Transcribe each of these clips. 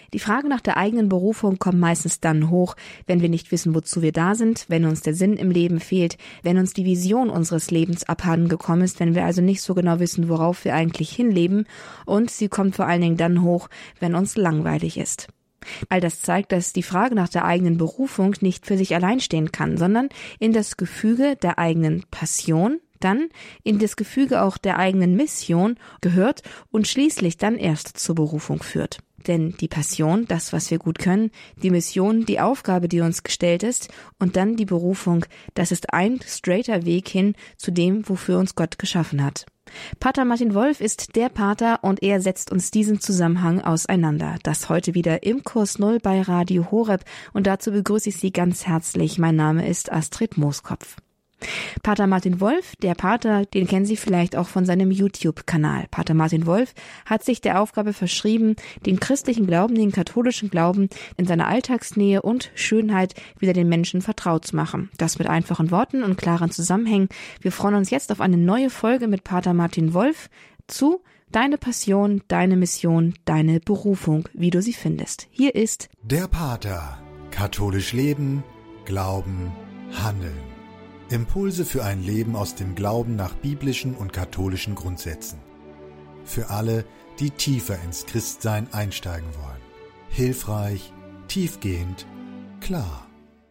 Die Frage nach der eigenen Berufung kommt meistens dann hoch, wenn wir nicht wissen, wozu wir da sind, wenn uns der Sinn im Leben fehlt, wenn uns die Vision unseres Lebens abhanden gekommen ist, wenn wir also nicht so genau wissen, worauf wir eigentlich hinleben, und sie kommt vor allen Dingen dann hoch, wenn uns langweilig ist. All das zeigt, dass die Frage nach der eigenen Berufung nicht für sich allein stehen kann, sondern in das Gefüge der eigenen Passion, dann in das Gefüge auch der eigenen Mission gehört und schließlich dann erst zur Berufung führt. Denn die Passion, das, was wir gut können, die Mission, die Aufgabe, die uns gestellt ist, und dann die Berufung, das ist ein straighter Weg hin zu dem, wofür uns Gott geschaffen hat. Pater Martin Wolf ist der Pater und er setzt uns diesen Zusammenhang auseinander. Das heute wieder im Kurs Null bei Radio Horeb und dazu begrüße ich Sie ganz herzlich. Mein Name ist Astrid Mooskopf. Pater Martin Wolf, der Pater, den kennen Sie vielleicht auch von seinem YouTube-Kanal. Pater Martin Wolf hat sich der Aufgabe verschrieben, den christlichen Glauben, den katholischen Glauben in seiner Alltagsnähe und Schönheit wieder den Menschen vertraut zu machen. Das mit einfachen Worten und klaren Zusammenhängen. Wir freuen uns jetzt auf eine neue Folge mit Pater Martin Wolf zu Deine Passion, deine Mission, deine Berufung, wie du sie findest. Hier ist der Pater. Katholisch leben, glauben, handeln. Impulse für ein Leben aus dem Glauben nach biblischen und katholischen Grundsätzen. Für alle, die tiefer ins Christsein einsteigen wollen. Hilfreich, tiefgehend, klar.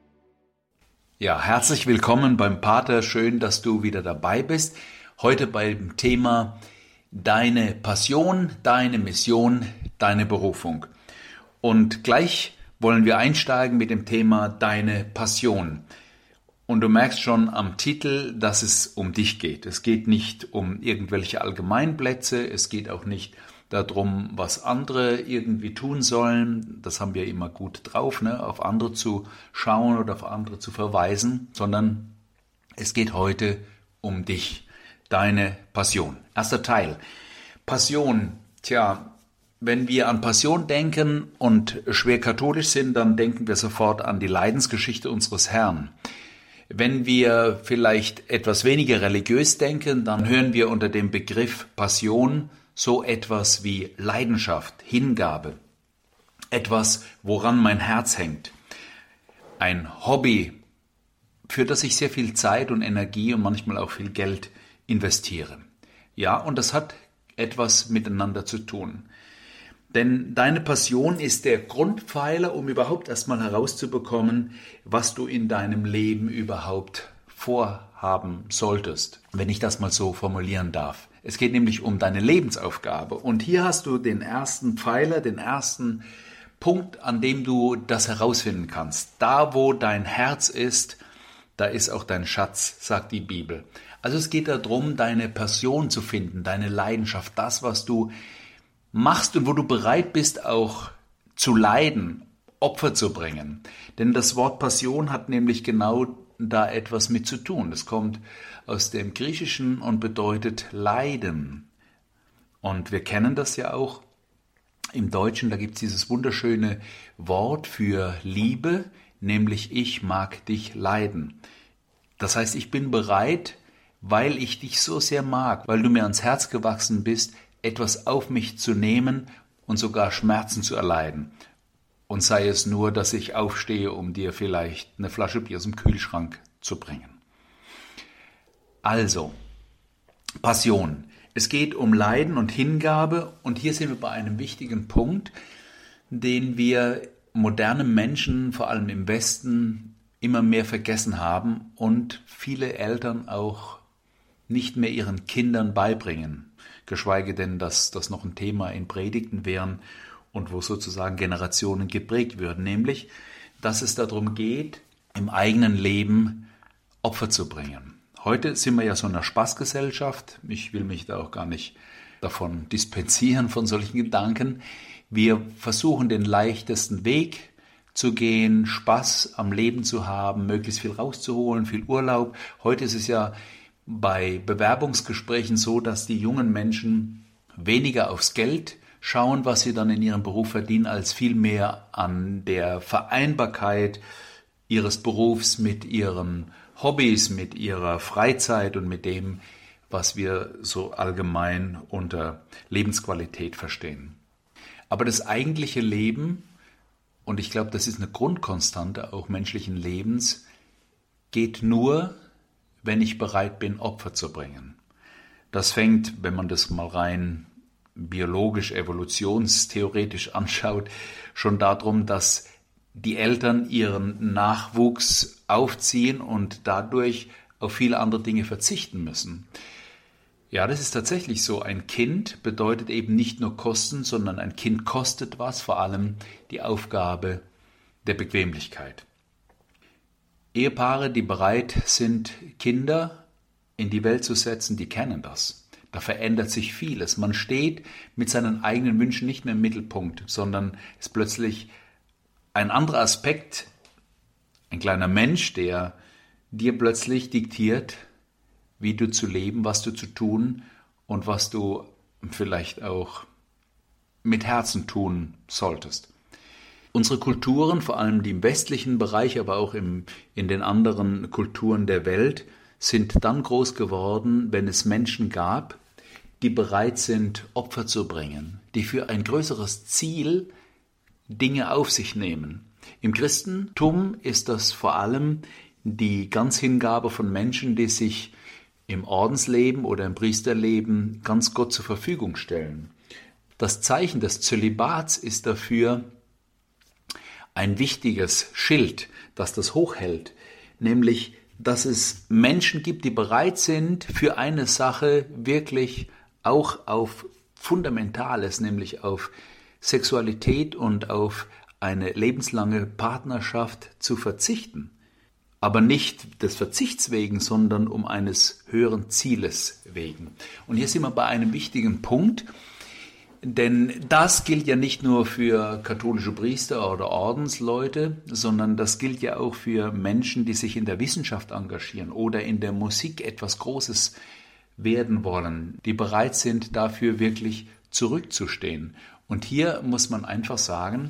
Ja, herzlich willkommen beim Pater. Schön, dass du wieder dabei bist. Heute beim Thema Deine Passion, deine Mission, deine Berufung. Und gleich wollen wir einsteigen mit dem Thema Deine Passion. Und du merkst schon am Titel, dass es um dich geht. Es geht nicht um irgendwelche Allgemeinplätze, es geht auch nicht darum, was andere irgendwie tun sollen. Das haben wir immer gut drauf, ne? Auf andere zu schauen oder auf andere zu verweisen, sondern es geht heute um dich, deine Passion. Erster Teil, Passion. Wenn wir an Passion denken und schwer katholisch sind, dann denken wir sofort an die Leidensgeschichte unseres Herrn. Wenn wir vielleicht etwas weniger religiös denken, dann hören wir unter dem Begriff Passion so etwas wie Leidenschaft, Hingabe, etwas, woran mein Herz hängt, ein Hobby, für das ich sehr viel Zeit und Energie und manchmal auch viel Geld investiere. Ja, und das hat etwas miteinander zu tun. Denn deine Passion ist der Grundpfeiler, um überhaupt erstmal herauszubekommen, was du in deinem Leben überhaupt vorhaben solltest, wenn ich das mal so formulieren darf. Es geht nämlich um deine Lebensaufgabe. Und hier hast du den ersten Pfeiler, den ersten Punkt, an dem du das herausfinden kannst. Da, wo dein Herz ist, da ist auch dein Schatz, sagt die Bibel. Also es geht darum, deine Passion zu finden, deine Leidenschaft, das, was du machst und wo du bereit bist, auch zu leiden, Opfer zu bringen. Denn das Wort Passion hat nämlich genau da etwas mit zu tun. Es kommt aus dem Griechischen und bedeutet Leiden. Und wir kennen das ja auch im Deutschen, da gibt es dieses wunderschöne Wort für Liebe, nämlich ich mag dich leiden. Das heißt, ich bin bereit, weil ich dich so sehr mag, weil du mir ans Herz gewachsen bist, etwas auf mich zu nehmen und sogar Schmerzen zu erleiden. Und sei es nur, dass ich aufstehe, um dir vielleicht eine Flasche Bier aus dem Kühlschrank zu bringen. Also, Passion. Es geht um Leiden und Hingabe und hier sind wir bei einem wichtigen Punkt, den wir moderne Menschen, vor allem im Westen, immer mehr vergessen haben und viele Eltern auch nicht mehr ihren Kindern beibringen. Geschweige denn, dass das noch ein Thema in Predigten wären und wo sozusagen Generationen geprägt würden, nämlich, dass es darum geht, im eigenen Leben Opfer zu bringen. Heute sind wir ja so in einer Spaßgesellschaft, ich will mich da auch gar nicht davon dispensieren von solchen Gedanken. Wir versuchen den leichtesten Weg zu gehen, Spaß am Leben zu haben, möglichst viel rauszuholen, viel Urlaub. Heute ist es ja bei Bewerbungsgesprächen so, dass die jungen Menschen weniger aufs Geld schauen, was sie dann in ihrem Beruf verdienen, als vielmehr an der Vereinbarkeit ihres Berufs mit ihren Hobbys, mit ihrer Freizeit und mit dem, was wir so allgemein unter Lebensqualität verstehen. Aber das eigentliche Leben, und ich glaube, das ist eine Grundkonstante auch menschlichen Lebens, geht nur, wenn ich bereit bin, Opfer zu bringen. Das fängt, wenn man das mal rein biologisch, evolutionstheoretisch anschaut, schon darum, dass die Eltern ihren Nachwuchs aufziehen und dadurch auf viele andere Dinge verzichten müssen. Ja, das ist tatsächlich so. Ein Kind bedeutet eben nicht nur Kosten, sondern ein Kind kostet was, vor allem die Aufgabe der Bequemlichkeit. Ehepaare, die bereit sind, Kinder in die Welt zu setzen, die kennen das. Da verändert sich vieles. Man steht mit seinen eigenen Wünschen nicht mehr im Mittelpunkt, sondern ist plötzlich ein anderer Aspekt, ein kleiner Mensch, der dir plötzlich diktiert, wie du zu leben, was du zu tun und was du vielleicht auch mit Herzen tun solltest. Unsere Kulturen, vor allem die im westlichen Bereich, aber auch in den anderen Kulturen der Welt, sind dann groß geworden, wenn es Menschen gab, die bereit sind, Opfer zu bringen, die für ein größeres Ziel Dinge auf sich nehmen. Im Christentum ist das vor allem die Ganzhingabe von Menschen, die sich im Ordensleben oder im Priesterleben ganz Gott zur Verfügung stellen. Das Zeichen des Zölibats ist dafür ein wichtiges Schild, das das hochhält, nämlich, dass es Menschen gibt, die bereit sind, für eine Sache wirklich auch auf Fundamentales, nämlich auf Sexualität und auf eine lebenslange Partnerschaft zu verzichten. Aber nicht des Verzichts wegen, sondern um eines höheren Zieles wegen. Und hier sind wir bei einem wichtigen Punkt, denn das gilt ja nicht nur für katholische Priester oder Ordensleute, sondern das gilt ja auch für Menschen, die sich in der Wissenschaft engagieren oder in der Musik etwas Großes werden wollen, die bereit sind, dafür wirklich zurückzustehen. Und hier muss man einfach sagen,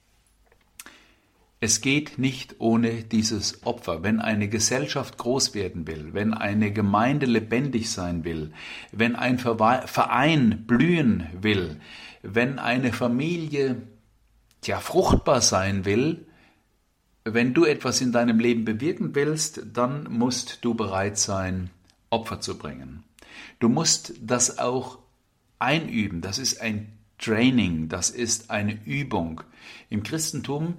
es geht nicht ohne dieses Opfer. Wenn eine Gesellschaft groß werden will, wenn eine Gemeinde lebendig sein will, wenn ein Verein blühen will, wenn eine Familie fruchtbar sein will, wenn du etwas in deinem Leben bewirken willst, dann musst du bereit sein, Opfer zu bringen. Du musst das auch einüben. Das ist ein Training, das ist eine Übung. Im Christentum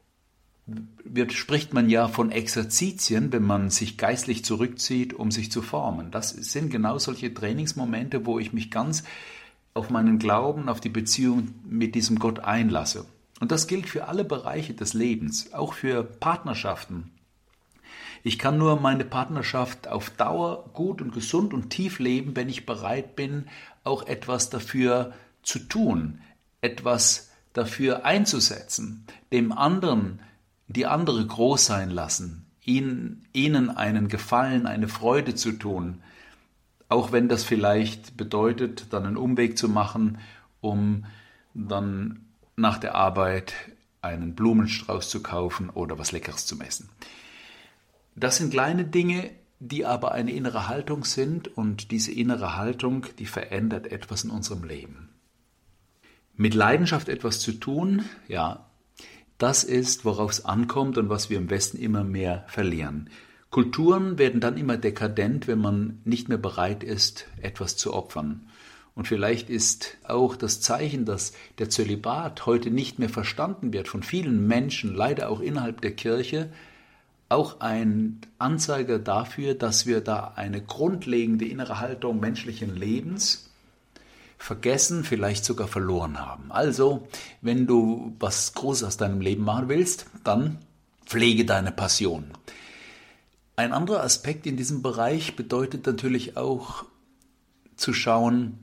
spricht man ja von Exerzitien, wenn man sich geistlich zurückzieht, um sich zu formen. Das sind genau solche Trainingsmomente, wo ich mich ganz auf meinen Glauben, auf die Beziehung mit diesem Gott einlasse. Und das gilt für alle Bereiche des Lebens, auch für Partnerschaften. Ich kann nur meine Partnerschaft auf Dauer gut und gesund und tief leben, wenn ich bereit bin, auch etwas dafür zu tun, etwas dafür einzusetzen, dem anderen die andere groß sein lassen, ihnen einen Gefallen, eine Freude zu tun, auch wenn das vielleicht bedeutet, dann einen Umweg zu machen, um dann nach der Arbeit einen Blumenstrauß zu kaufen oder was Leckeres zu essen. Das sind kleine Dinge, die aber eine innere Haltung sind und diese innere Haltung, die verändert etwas in unserem Leben. Mit Leidenschaft etwas zu tun, ja, das ist, worauf es ankommt und was wir im Westen immer mehr verlieren. Kulturen werden dann immer dekadent, wenn man nicht mehr bereit ist, etwas zu opfern. Und vielleicht ist auch das Zeichen, dass der Zölibat heute nicht mehr verstanden wird von vielen Menschen, leider auch innerhalb der Kirche, auch ein Anzeiger dafür, dass wir da eine grundlegende innere Haltung menschlichen Lebens vergessen, vielleicht sogar verloren haben. Also, wenn du was Großes aus deinem Leben machen willst, dann pflege deine Passion. Ein anderer Aspekt in diesem Bereich bedeutet natürlich auch zu schauen,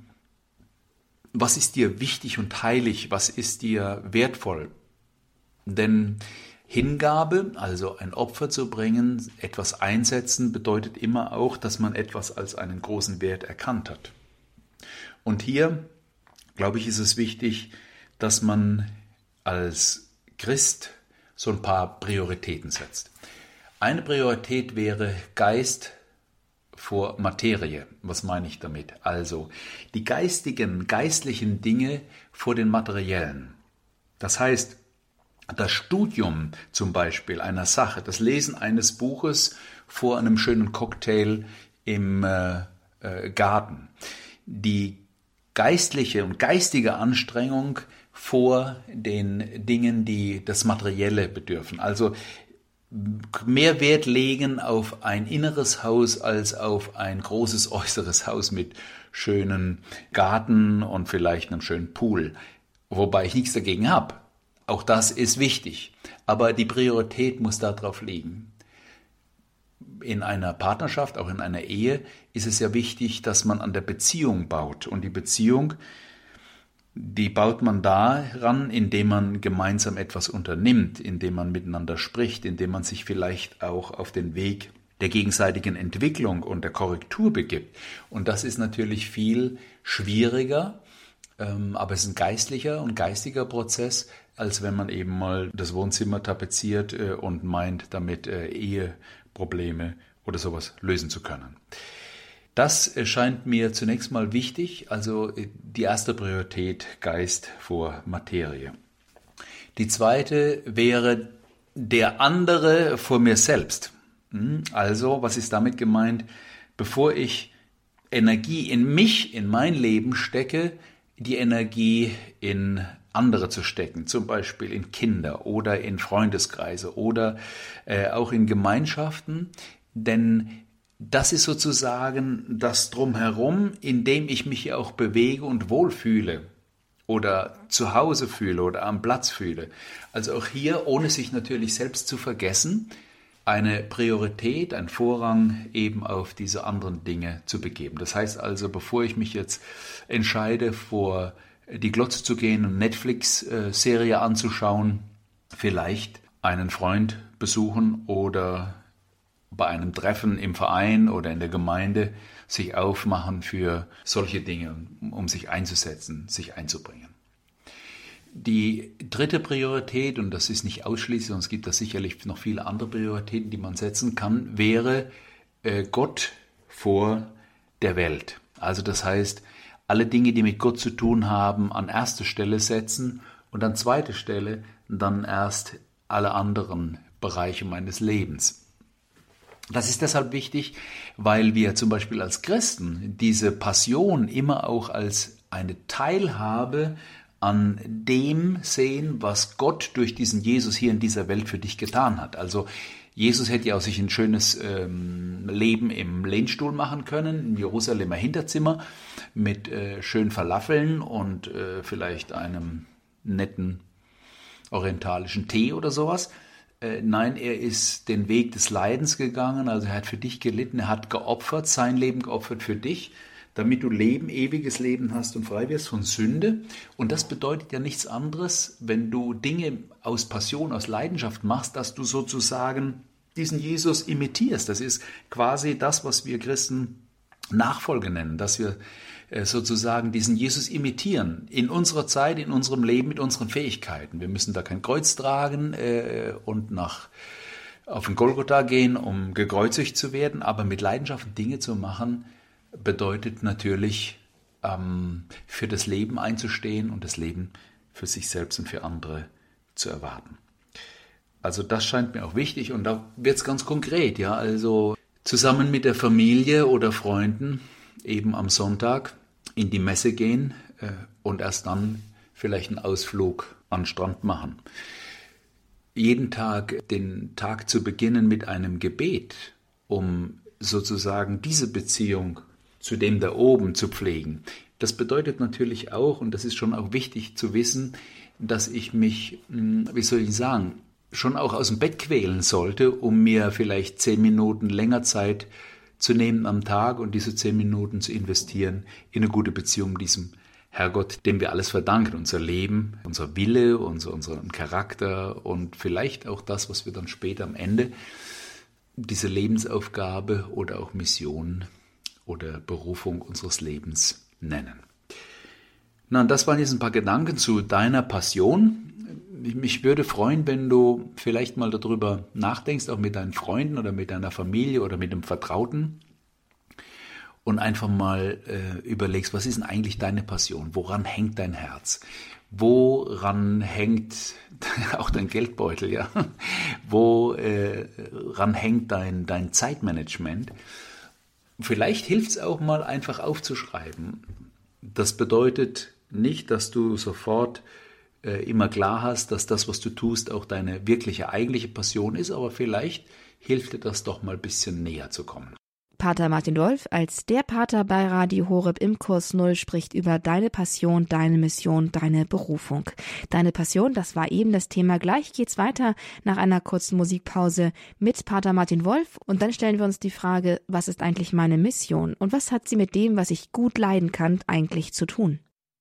was ist dir wichtig und heilig, was ist dir wertvoll. Denn Hingabe, also ein Opfer zu bringen, etwas einsetzen, bedeutet immer auch, dass man etwas als einen großen Wert erkannt hat. Und hier, glaube ich, ist es wichtig, dass man als Christ so ein paar Prioritäten setzt. Eine Priorität wäre Geist vor Materie. Was meine ich damit? Also die geistlichen Dinge vor den materiellen. Das heißt, das Studium zum Beispiel einer Sache, das Lesen eines Buches vor einem schönen Cocktail im Garten, die geistliche und geistige Anstrengung vor den Dingen, die das Materielle bedürfen. Also mehr Wert legen auf ein inneres Haus als auf ein großes äußeres Haus mit schönen Garten und vielleicht einem schönen Pool. Wobei ich nichts dagegen habe. Auch das ist wichtig. Aber die Priorität muss darauf liegen. In einer Partnerschaft, auch in einer Ehe, ist es ja wichtig, dass man an der Beziehung baut. Und die Beziehung, die baut man daran, indem man gemeinsam etwas unternimmt, indem man miteinander spricht, indem man sich vielleicht auch auf den Weg der gegenseitigen Entwicklung und der Korrektur begibt. Und das ist natürlich viel schwieriger, aber es ist ein geistlicher und geistiger Prozess, als wenn man eben mal das Wohnzimmer tapeziert und meint, damit Eheprobleme oder sowas lösen zu können. Das scheint mir zunächst mal wichtig, also die erste Priorität Geist vor Materie. Die zweite wäre der andere vor mir selbst. Also, was ist damit gemeint? Bevor ich Energie in mich, in mein Leben stecke, die Energie in andere zu stecken, zum Beispiel in Kinder oder in Freundeskreise oder auch in Gemeinschaften, denn das ist sozusagen das Drumherum, in dem ich mich ja auch bewege und wohlfühle oder zu Hause fühle oder am Platz fühle. Also auch hier, ohne sich natürlich selbst zu vergessen, eine Priorität, ein Vorrang eben auf diese anderen Dinge zu begeben. Das heißt also, bevor ich mich jetzt entscheide, vor die Glotze zu gehen und Netflix-Serie anzuschauen, vielleicht einen Freund besuchen oder bei einem Treffen im Verein oder in der Gemeinde sich aufmachen für solche Dinge, um sich einzusetzen, sich einzubringen. Die dritte Priorität, und das ist nicht ausschließlich, sondern es gibt da sicherlich noch viele andere Prioritäten, die man setzen kann, wäre Gott vor der Welt. Also das heißt, alle Dinge, die mit Gott zu tun haben, an erste Stelle setzen und an zweite Stelle dann erst alle anderen Bereiche meines Lebens. Das ist deshalb wichtig, weil wir zum Beispiel als Christen diese Passion immer auch als eine Teilhabe an dem sehen, was Gott durch diesen Jesus hier in dieser Welt für dich getan hat. Also Jesus hätte ja auch sich ein schönes Leben im Lehnstuhl machen können, im Jerusalemer Hinterzimmer mit schönen Falafeln und vielleicht einem netten orientalischen Tee oder sowas. Nein, er ist den Weg des Leidens gegangen, also er hat für dich gelitten, er hat geopfert, sein Leben geopfert für dich, damit du Leben, ewiges Leben hast und frei wirst von Sünde. Und das bedeutet ja nichts anderes, wenn du Dinge aus Passion, aus Leidenschaft machst, dass du sozusagen diesen Jesus imitierst. Das ist quasi das, was wir Christen Nachfolge nennen, dass wir sozusagen diesen Jesus imitieren, in unserer Zeit, in unserem Leben, mit unseren Fähigkeiten. Wir müssen da kein Kreuz tragen und auf den Golgotha gehen, um gekreuzigt zu werden, aber mit Leidenschaft Dinge zu machen, bedeutet natürlich, für das Leben einzustehen und das Leben für sich selbst und für andere zu erwarten. Also das scheint mir auch wichtig und da wird es ganz konkret, ja, also zusammen mit der Familie oder Freunden eben am Sonntag in die Messe gehen und erst dann vielleicht einen Ausflug an den Strand machen. Jeden Tag den Tag zu beginnen mit einem Gebet, um sozusagen diese Beziehung zu dem da oben zu pflegen. Das bedeutet natürlich auch, und das ist schon auch wichtig zu wissen, dass ich mich, wie soll ich sagen, schon auch aus dem Bett quälen sollte, um mir vielleicht 10 Minuten länger Zeit zu nehmen am Tag und diese 10 Minuten zu investieren in eine gute Beziehung mit diesem Herrgott, dem wir alles verdanken, unser Leben, unser Wille, unseren Charakter und vielleicht auch das, was wir dann später am Ende, diese Lebensaufgabe oder auch Mission oder Berufung unseres Lebens nennen. Na, das waren jetzt ein paar Gedanken zu deiner Passion. Mich würde freuen, wenn du vielleicht mal darüber nachdenkst, auch mit deinen Freunden oder mit deiner Familie oder mit einem Vertrauten, und einfach mal überlegst, was ist denn eigentlich deine Passion? Woran hängt dein Herz? Woran hängt auch dein Geldbeutel, ja? Woran hängt dein Zeitmanagement? Vielleicht hilft es auch mal einfach aufzuschreiben. Das bedeutet nicht, dass du sofort immer klar hast, dass das, was du tust, auch deine wirkliche, eigentliche Passion ist, aber vielleicht hilft dir das doch mal ein bisschen näher zu kommen. Pater Martin Wolf als der Pater bei Radio Horeb im Kurs Null spricht über deine Passion, deine Mission, deine Berufung. Deine Passion, das war eben das Thema. Gleich geht's weiter nach einer kurzen Musikpause mit Pater Martin Wolf und dann stellen wir uns die Frage, was ist eigentlich meine Mission und was hat sie mit dem, was ich gut leiden kann, eigentlich zu tun?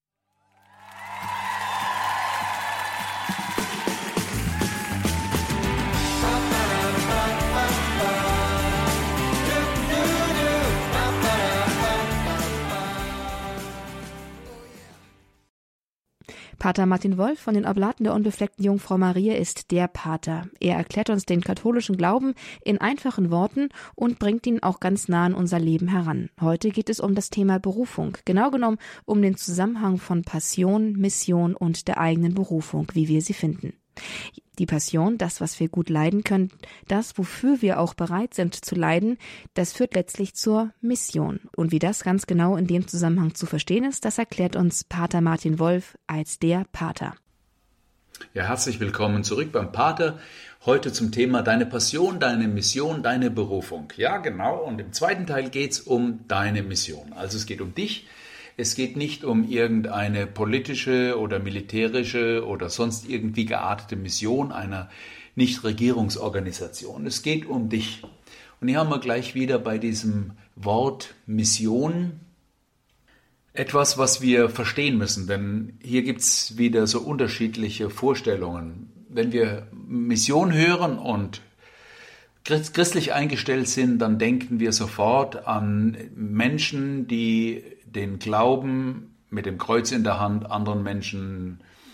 Pater Martin Wolf von den Oblaten der unbefleckten Jungfrau Maria ist der Pater. Er erklärt uns den katholischen Glauben in einfachen Worten und bringt ihn auch ganz nah an unser Leben heran. Heute geht es um das Thema Berufung, genau genommen um den Zusammenhang von Passion, Mission und der eigenen Berufung, wie wir sie finden. Die Passion, das, was wir gut leiden können, das, wofür wir auch bereit sind zu leiden, das führt letztlich zur Mission. Und wie das ganz genau in dem Zusammenhang zu verstehen ist, das erklärt uns Pater Martin Wolf als der Pater. Ja, herzlich willkommen zurück beim Pater. Heute zum Thema deine Passion, deine Mission, deine Berufung. Ja, genau. Und im zweiten Teil geht es um deine Mission. Also es geht um dich. Es geht nicht um irgendeine politische oder militärische oder sonst irgendwie geartete Mission einer Nichtregierungsorganisation. Es geht um dich. Und hier haben wir gleich wieder bei diesem Wort Mission etwas, was wir verstehen müssen. Denn hier gibt es wieder so unterschiedliche Vorstellungen. Wenn wir Mission hören und christlich eingestellt sind, dann denken wir sofort an Menschen, die den Glauben mit dem Kreuz in der Hand anderen Menschen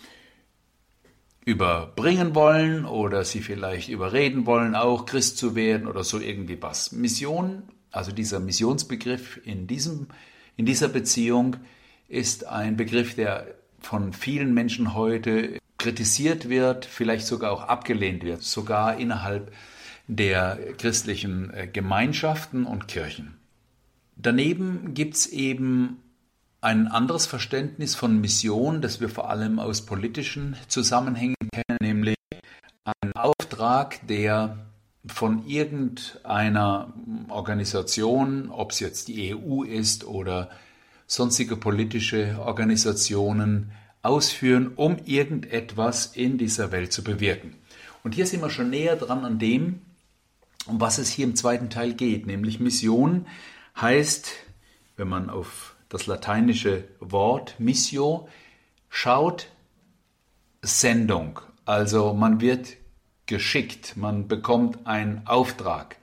überbringen wollen oder sie vielleicht überreden wollen, auch Christ zu werden oder so irgendwie was. Mission, also dieser Missionsbegriff in dieser Beziehung ist ein Begriff, der von vielen Menschen heute kritisiert wird, vielleicht sogar auch abgelehnt wird, sogar innerhalb der christlichen Gemeinschaften und Kirchen. Daneben gibt es eben ein anderes Verständnis von Mission, das wir vor allem aus politischen Zusammenhängen kennen, nämlich einen Auftrag, der von irgendeiner Organisation, ob es jetzt die EU ist oder sonstige politische Organisationen, ausführen, um irgendetwas in dieser Welt zu bewirken. Und hier sind wir schon näher dran an dem, um was es hier im zweiten Teil geht, nämlich Mission heißt, wenn man auf das lateinische Wort Missio schaut, Sendung. Also man wird geschickt, man bekommt einen Auftrag.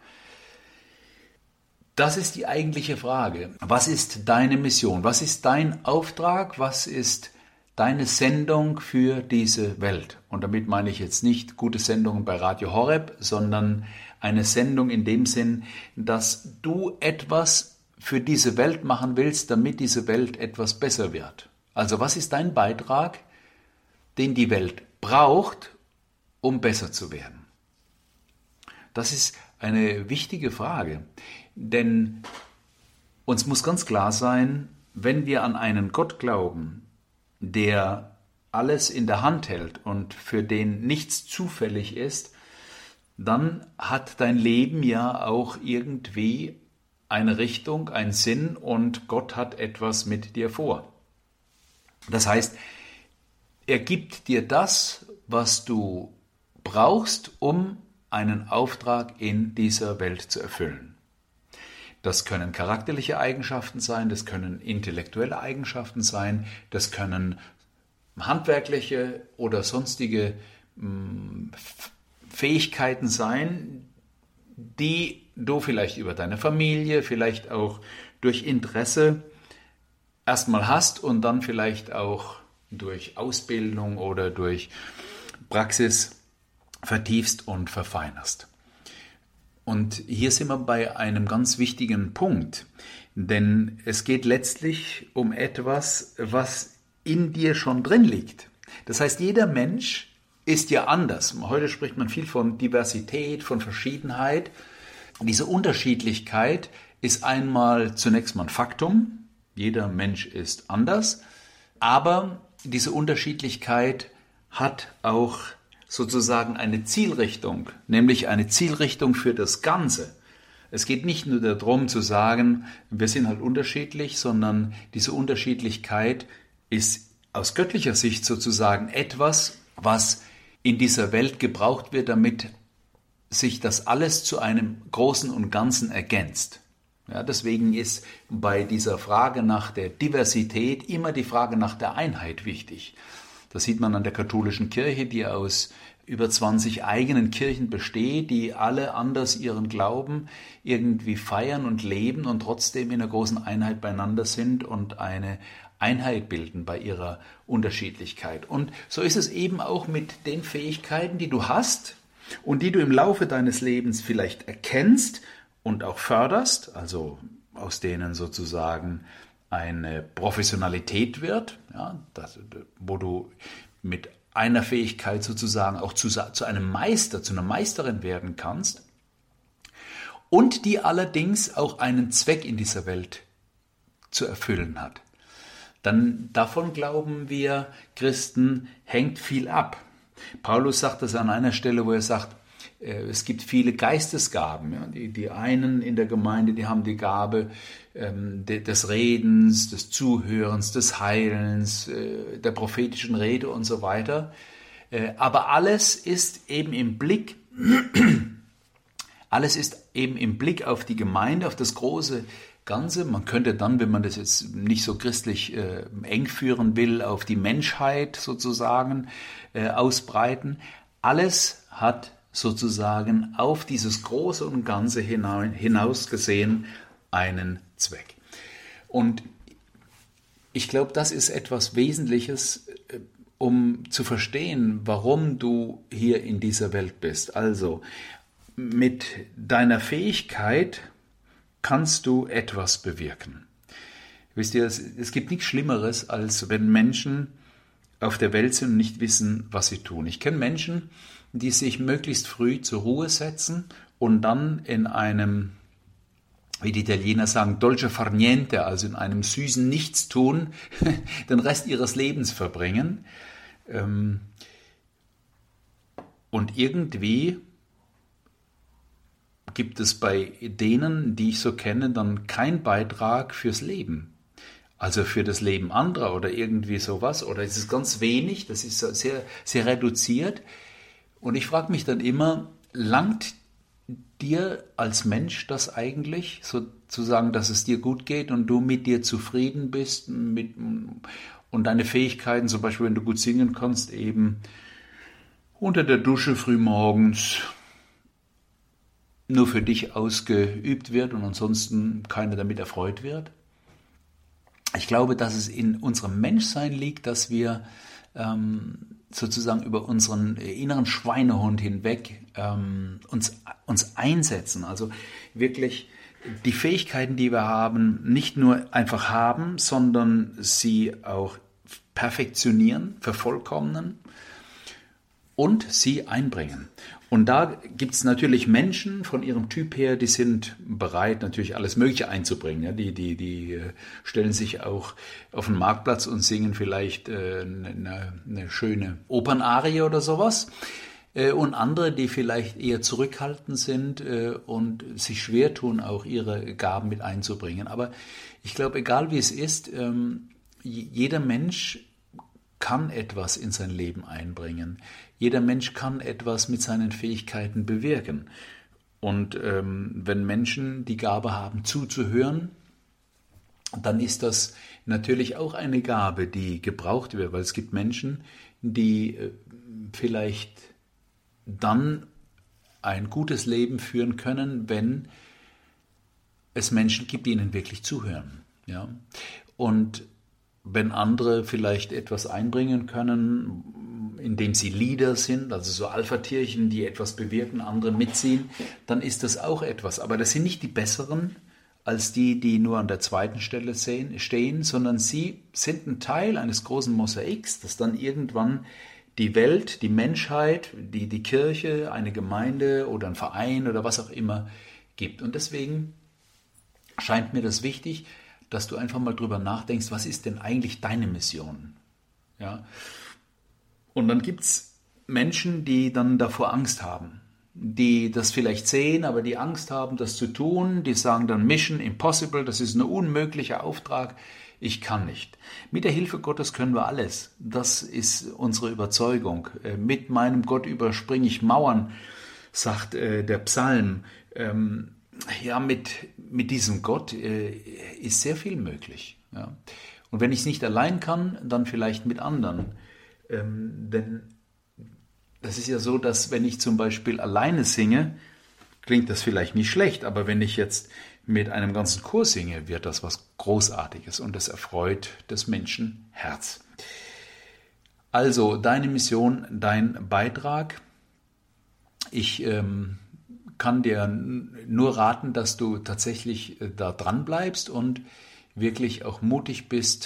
Das ist die eigentliche Frage. Was ist deine Mission? Was ist dein Auftrag? Was ist deine Sendung für diese Welt? Und damit meine ich jetzt nicht gute Sendungen bei Radio Horeb, sondern eine Sendung in dem Sinn, dass du etwas für diese Welt machen willst, damit diese Welt etwas besser wird. Also was ist dein Beitrag, den die Welt braucht, um besser zu werden? Das ist eine wichtige Frage, denn uns muss ganz klar sein, wenn wir an einen Gott glauben, der alles in der Hand hält und für den nichts zufällig ist, dann hat dein Leben ja auch irgendwie eine Richtung, einen Sinn und Gott hat etwas mit dir vor. Das heißt, er gibt dir das, was du brauchst, um einen Auftrag in dieser Welt zu erfüllen. Das können charakterliche Eigenschaften sein, das können intellektuelle Eigenschaften sein, das können handwerkliche oder sonstige Fähigkeiten sein, die du vielleicht über deine Familie, vielleicht auch durch Interesse erstmal hast und dann vielleicht auch durch Ausbildung oder durch Praxis vertiefst und verfeinerst. Und hier sind wir bei einem ganz wichtigen Punkt, denn es geht letztlich um etwas, was in dir schon drin liegt. Das heißt, jeder Mensch ist ja anders. Heute spricht man viel von Diversität, von Verschiedenheit. Diese Unterschiedlichkeit ist einmal zunächst mal ein Faktum. Jeder Mensch ist anders. Aber diese Unterschiedlichkeit hat auch sozusagen eine Zielrichtung, nämlich eine Zielrichtung für das Ganze. Es geht nicht nur darum zu sagen, wir sind halt unterschiedlich, sondern diese Unterschiedlichkeit ist aus göttlicher Sicht sozusagen etwas, was in dieser Welt gebraucht wird, damit sich das alles zu einem Großen und Ganzen ergänzt. Ja, deswegen ist bei dieser Frage nach der Diversität immer die Frage nach der Einheit wichtig. Das sieht man an der katholischen Kirche, die aus über 20 eigenen Kirchen besteht, die alle anders ihren Glauben irgendwie feiern und leben und trotzdem in einer großen Einheit beieinander sind und eine Einheit bilden bei ihrer Unterschiedlichkeit. Und so ist es eben auch mit den Fähigkeiten, die du hast und die du im Laufe deines Lebens vielleicht erkennst und auch förderst, also aus denen sozusagen eine Professionalität wird, ja, wo du mit einer Fähigkeit sozusagen auch zu einem Meister, zu einer Meisterin werden kannst und die allerdings auch einen Zweck in dieser Welt zu erfüllen hat. Dann davon glauben wir Christen, hängt viel ab. Paulus sagt das an einer Stelle, wo er sagt, es gibt viele Geistesgaben. Ja. Die einen in der Gemeinde, die haben die Gabe des Redens, des Zuhörens, des Heilens, der prophetischen Rede und so weiter. Aber alles ist eben im Blick auf die Gemeinde, auf das große Ganze. Man könnte dann, wenn man das jetzt nicht so christlich eng führen will, auf die Menschheit sozusagen ausbreiten. Alles hat sozusagen auf dieses Große und Ganze hinaus gesehen einen Zweck. Und ich glaube, das ist etwas Wesentliches, um zu verstehen, warum du hier in dieser Welt bist. Also mit deiner Fähigkeit kannst du etwas bewirken. Wisst ihr, es gibt nichts Schlimmeres, als wenn Menschen auf der Welt sind und nicht wissen, was sie tun. Ich kenne Menschen, die sich möglichst früh zur Ruhe setzen und dann in einem, wie die Italiener sagen, dolce far niente, also in einem süßen Nichtstun, den Rest ihres Lebens verbringen. Und irgendwie gibt es bei denen, die ich so kenne, dann keinen Beitrag fürs Leben. Also für das Leben anderer oder irgendwie sowas. Oder es ist ganz wenig, das ist sehr, sehr reduziert. Und ich frage mich dann immer, langt dir als Mensch das eigentlich, sozusagen, dass es dir gut geht und du mit dir zufrieden bist und deine Fähigkeiten, zum Beispiel wenn du gut singen kannst, eben unter der Dusche frühmorgens nur für dich ausgeübt wird und ansonsten keiner damit erfreut wird? Ich glaube, dass es in unserem Menschsein liegt, dass wir sozusagen über unseren inneren Schweinehund hinweg uns einsetzen. Also wirklich die Fähigkeiten, die wir haben, nicht nur einfach haben, sondern sie auch perfektionieren, vervollkommnen und sie einbringen. Und da gibt es natürlich Menschen von ihrem Typ her, die sind bereit, natürlich alles Mögliche einzubringen. Ja, die stellen sich auch auf den Marktplatz und singen vielleicht eine schöne Opernarie oder sowas. Und andere, die vielleicht eher zurückhaltend sind und sich schwer tun, auch ihre Gaben mit einzubringen. Aber ich glaube, egal wie es ist, jeder Mensch kann etwas in sein Leben einbringen. Jeder Mensch kann etwas mit seinen Fähigkeiten bewirken. Und wenn Menschen die Gabe haben, zuzuhören, dann ist das natürlich auch eine Gabe, die gebraucht wird, weil es gibt Menschen, die vielleicht dann ein gutes Leben führen können, wenn es Menschen gibt, die ihnen wirklich zuhören. Ja? Und wenn andere vielleicht etwas einbringen können, indem sie Leader sind, also so Alpha-Tierchen, die etwas bewirken, andere mitziehen, dann ist das auch etwas. Aber das sind nicht die Besseren als die, die nur an der zweiten Stelle stehen, sondern sie sind ein Teil eines großen Mosaiks, das dann irgendwann die Welt, die Menschheit, die Kirche, eine Gemeinde oder ein Verein oder was auch immer gibt. Und deswegen scheint mir das wichtig, dass du einfach mal drüber nachdenkst, was ist denn eigentlich deine Mission? Ja? Und dann gibt es Menschen, die dann davor Angst haben, die das vielleicht sehen, aber die Angst haben, das zu tun. Die sagen dann Mission Impossible, das ist ein unmöglicher Auftrag, ich kann nicht. Mit der Hilfe Gottes können wir alles. Das ist unsere Überzeugung. Mit meinem Gott überspringe ich Mauern, sagt der Psalm. Ja, mit diesem Gott ist sehr viel möglich. Ja. Und wenn ich es nicht allein kann, dann vielleicht mit anderen. Denn das ist ja so, dass wenn ich zum Beispiel alleine singe, klingt das vielleicht nicht schlecht, aber wenn ich jetzt mit einem ganzen Chor singe, wird das was Großartiges und das erfreut des Menschen Herz. Also deine Mission, dein Beitrag. Ich kann dir nur raten, dass du tatsächlich da dran bleibst und wirklich auch mutig bist,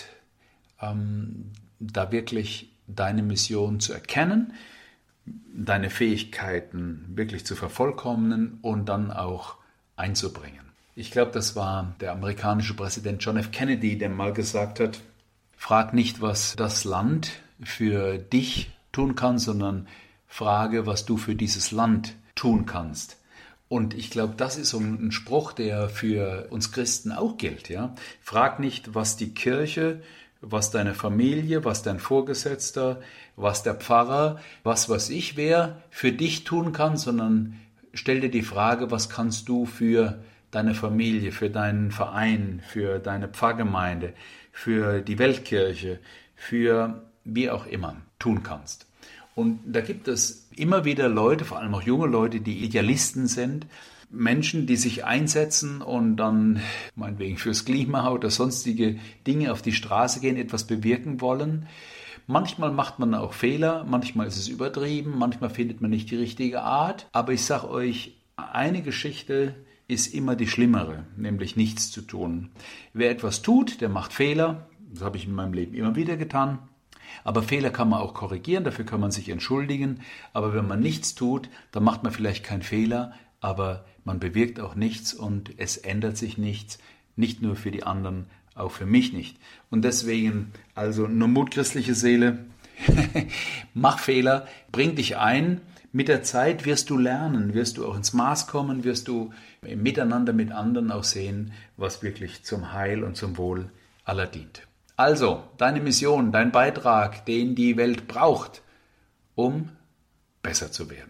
da wirklich deine Mission zu erkennen, deine Fähigkeiten wirklich zu vervollkommnen und dann auch einzubringen. Ich glaube, das war der amerikanische Präsident John F. Kennedy, der mal gesagt hat, frag nicht, was das Land für dich tun kann, sondern frage, was du für dieses Land tun kannst. Und ich glaube, das ist so ein Spruch, der für uns Christen auch gilt. Ja? Frag nicht, was die Kirche, was deine Familie, was dein Vorgesetzter, was der Pfarrer, was weiß ich wer für dich tun kann, sondern stell dir die Frage, was kannst du für deine Familie, für deinen Verein, für deine Pfarrgemeinde, für die Weltkirche, für wie auch immer tun kannst. Und da gibt es immer wieder Leute, vor allem auch junge Leute, die Idealisten sind, Menschen, die sich einsetzen und dann meinetwegen fürs Klima oder sonstige Dinge auf die Straße gehen, etwas bewirken wollen. Manchmal macht man auch Fehler, manchmal ist es übertrieben, manchmal findet man nicht die richtige Art. Aber ich sage euch, eine Geschichte ist immer die schlimmere, nämlich nichts zu tun. Wer etwas tut, der macht Fehler. Das habe ich in meinem Leben immer wieder getan. Aber Fehler kann man auch korrigieren, dafür kann man sich entschuldigen. Aber wenn man nichts tut, dann macht man vielleicht keinen Fehler, aber man bewirkt auch nichts und es ändert sich nichts, nicht nur für die anderen, auch für mich nicht. Und deswegen, also nur Mut, christliche Seele, mach Fehler, bring dich ein. Mit der Zeit wirst du lernen, wirst du auch ins Maß kommen, wirst du im Miteinander mit anderen auch sehen, was wirklich zum Heil und zum Wohl aller dient. Also, deine Mission, dein Beitrag, den die Welt braucht, um besser zu werden.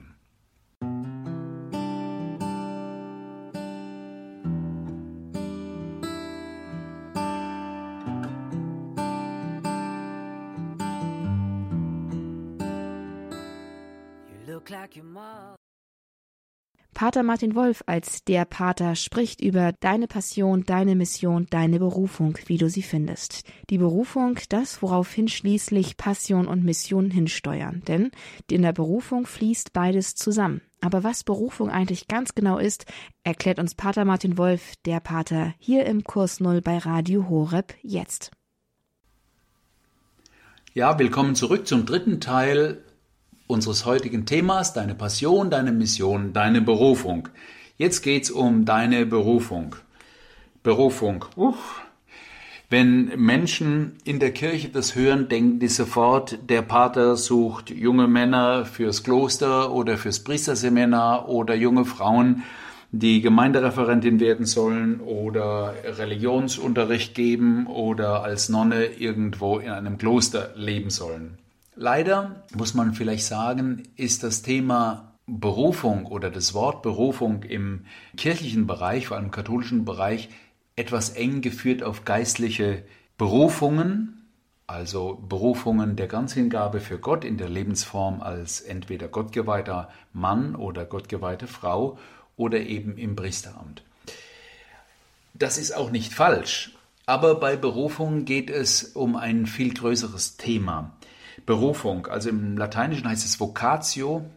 Pater Martin Wolf als der Pater spricht über deine Passion, deine Mission, deine Berufung, wie du sie findest. Die Berufung, das, woraufhin schließlich Passion und Mission hinsteuern. Denn in der Berufung fließt beides zusammen. Aber was Berufung eigentlich ganz genau ist, erklärt uns Pater Martin Wolf, der Pater, hier im Kurs Null bei Radio Horeb jetzt. Ja, willkommen zurück zum dritten Teil unseres heutigen Themas, deine Passion, deine Mission, deine Berufung. Jetzt geht's um deine Berufung. Berufung. Wenn Menschen in der Kirche das hören, denken die sofort, der Pater sucht junge Männer fürs Kloster oder fürs Priesterseminar oder junge Frauen, die Gemeindereferentin werden sollen oder Religionsunterricht geben oder als Nonne irgendwo in einem Kloster leben sollen. Leider, muss man vielleicht sagen, ist das Thema Berufung oder das Wort Berufung im kirchlichen Bereich, vor allem im katholischen Bereich, etwas eng geführt auf geistliche Berufungen, also Berufungen der Ganzhingabe für Gott in der Lebensform als entweder gottgeweihter Mann oder gottgeweihte Frau oder eben im Priesteramt. Das ist auch nicht falsch. Aber bei Berufung geht es um ein viel größeres Thema. Berufung, also im Lateinischen heißt es Vocatio,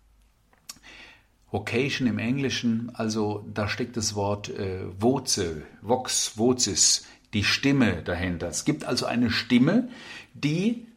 Vocation im Englischen, also da steckt das Wort voce, vox, vocis, die Stimme dahinter. Es gibt also eine Stimme, die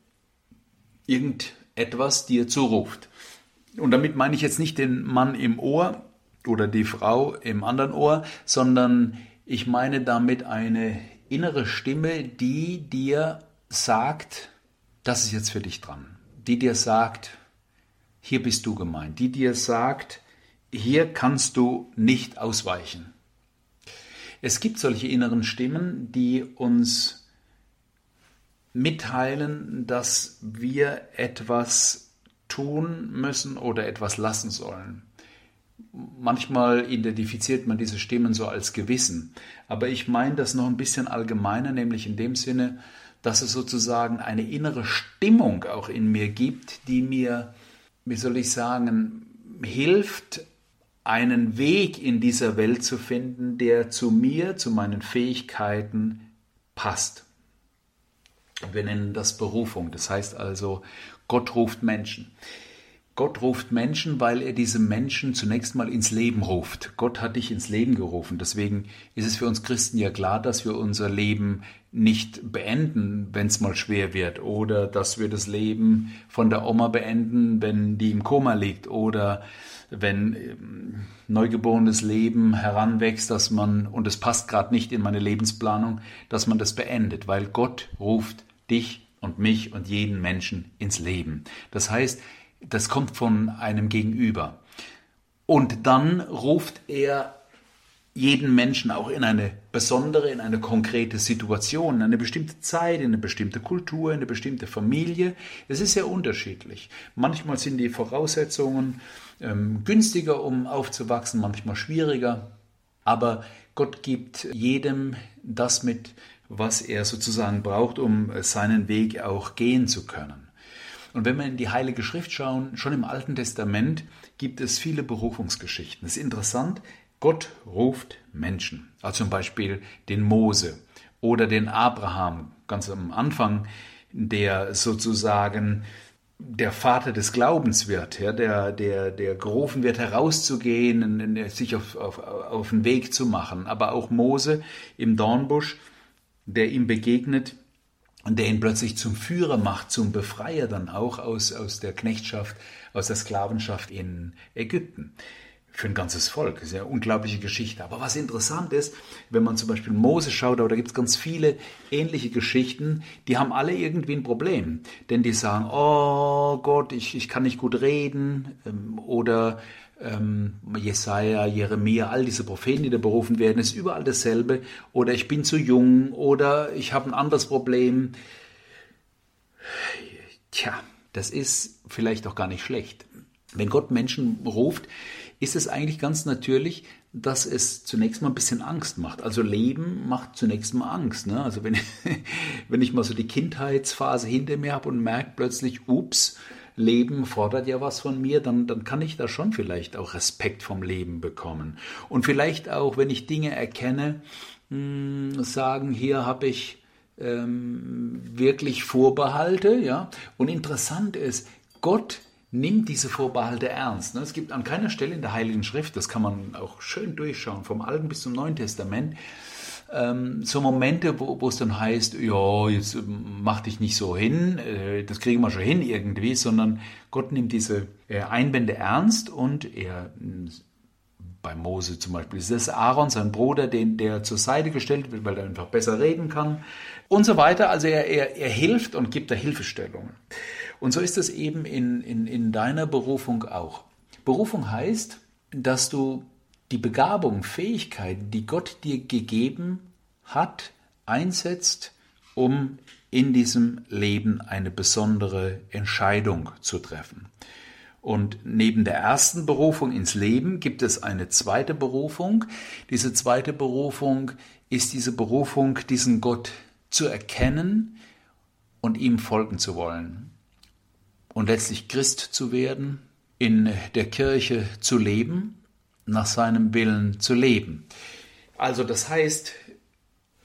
irgendetwas dir zuruft. Und damit meine ich jetzt nicht den Mann im Ohr oder die Frau im anderen Ohr, sondern ich meine damit eine innere Stimme, die dir sagt, das ist jetzt für dich dran. Die dir sagt, hier bist du gemeint. Die dir sagt, hier kannst du nicht ausweichen. Es gibt solche inneren Stimmen, die uns mitteilen, dass wir etwas tun müssen oder etwas lassen sollen. Manchmal identifiziert man diese Stimmen so als Gewissen, aber ich meine das noch ein bisschen allgemeiner, nämlich in dem Sinne, dass es sozusagen eine innere Stimmung auch in mir gibt, die mir, wie soll ich sagen, hilft, einen Weg in dieser Welt zu finden, der zu mir, zu meinen Fähigkeiten passt. Wir nennen das Berufung, das heißt also, Gott ruft Menschen. Gott ruft Menschen, weil er diese Menschen zunächst mal ins Leben ruft. Gott hat dich ins Leben gerufen. Deswegen ist es für uns Christen ja klar, dass wir unser Leben nicht beenden, wenn es mal schwer wird. Oder dass wir das Leben von der Oma beenden, wenn die im Koma liegt. Oder wenn neugeborenes Leben heranwächst, dass man, und es passt gerade nicht in meine Lebensplanung, dass man das beendet. Weil Gott ruft dich und mich und jeden Menschen ins Leben. Das heißt, das kommt von einem Gegenüber. Und dann ruft er jeden Menschen auch in eine besondere, in eine konkrete Situation, in eine bestimmte Zeit, in eine bestimmte Kultur, in eine bestimmte Familie. Es ist sehr unterschiedlich. Manchmal sind die Voraussetzungen günstiger, um aufzuwachsen, manchmal schwieriger. Aber Gott gibt jedem das mit, was er sozusagen braucht, um seinen Weg auch gehen zu können. Und wenn wir in die Heilige Schrift schauen, schon im Alten Testament gibt es viele Berufungsgeschichten. Es ist interessant, Gott ruft Menschen, also zum Beispiel den Mose oder den Abraham, ganz am Anfang, der sozusagen der Vater des Glaubens wird, ja, der gerufen wird, herauszugehen, sich auf den Weg zu machen. Aber auch Mose im Dornbusch, der ihm begegnet, und der ihn plötzlich zum Führer macht, zum Befreier dann auch aus der Knechtschaft, aus der Sklavenschaft in Ägypten. Für ein ganzes Volk. Das ist ja eine unglaubliche Geschichte. Aber was interessant ist, wenn man zum Beispiel Mose schaut, da gibt es ganz viele ähnliche Geschichten, die haben alle irgendwie ein Problem. Denn die sagen, oh Gott, ich kann nicht gut reden. Oder Jesaja, Jeremia, all diese Propheten, die da berufen werden, ist überall dasselbe. Oder ich bin zu jung oder ich habe ein anderes Problem. Tja, das ist vielleicht auch gar nicht schlecht. Wenn Gott Menschen ruft, ist es eigentlich ganz natürlich, dass es zunächst mal ein bisschen Angst macht. Also Leben macht zunächst mal Angst. Ne? Also wenn ich mal so die Kindheitsphase hinter mir habe und merke plötzlich, ups, Leben fordert ja was von mir, dann kann ich da schon vielleicht auch Respekt vom Leben bekommen. Und vielleicht auch, wenn ich Dinge erkenne, sagen, hier habe ich wirklich Vorbehalte. Ja? Und interessant ist, Gott nimmt diese Vorbehalte ernst. Es gibt an keiner Stelle in der Heiligen Schrift, das kann man auch schön durchschauen, vom Alten bis zum Neuen Testament, so Momente, wo es dann heißt, ja, jetzt mach dich nicht so hin, das kriegen wir schon hin irgendwie, sondern Gott nimmt diese Einwände ernst und er, bei Mose zum Beispiel, ist es Aaron, sein Bruder, der zur Seite gestellt wird, weil er einfach besser reden kann und so weiter. Also er hilft und gibt da Hilfestellungen. Und so ist es eben in deiner Berufung auch. Berufung heißt, dass du die Begabung, Fähigkeiten, die Gott dir gegeben hat, einsetzt, um in diesem Leben eine besondere Entscheidung zu treffen. Und neben der ersten Berufung ins Leben gibt es eine zweite Berufung. Diese zweite Berufung ist diese Berufung, diesen Gott zu erkennen und ihm folgen zu wollen. Und letztlich Christ zu werden, in der Kirche zu leben, nach seinem Willen zu leben. Also das heißt,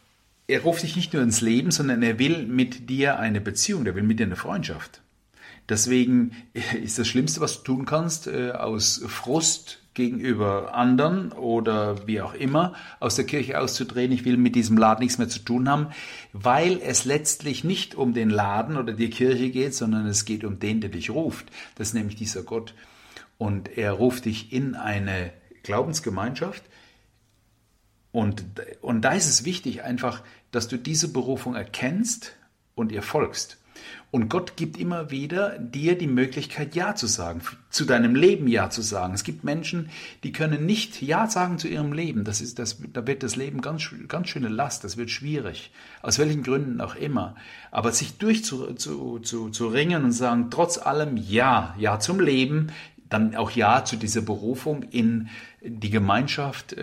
er ruft dich nicht nur ins Leben, sondern er will mit dir eine Beziehung, er will mit dir eine Freundschaft. Deswegen ist das Schlimmste, was du tun kannst, aus Frust gegenüber anderen oder wie auch immer, aus der Kirche auszutreten, ich will mit diesem Laden nichts mehr zu tun haben, weil es letztlich nicht um den Laden oder die Kirche geht, sondern es geht um den, der dich ruft. Das ist nämlich dieser Gott. Und er ruft dich in eine Glaubensgemeinschaft. Und da ist es wichtig einfach, dass du diese Berufung erkennst und ihr folgst. Und Gott gibt immer wieder dir die Möglichkeit, Ja zu sagen, zu deinem Leben Ja zu sagen. Es gibt Menschen, die können nicht Ja sagen zu ihrem Leben. Da wird das Leben ganz schöne Last, das wird schwierig, aus welchen Gründen auch immer. Aber sich zu ringen und sagen, trotz allem Ja zum Leben, dann auch Ja zu dieser Berufung in die Gemeinschaft,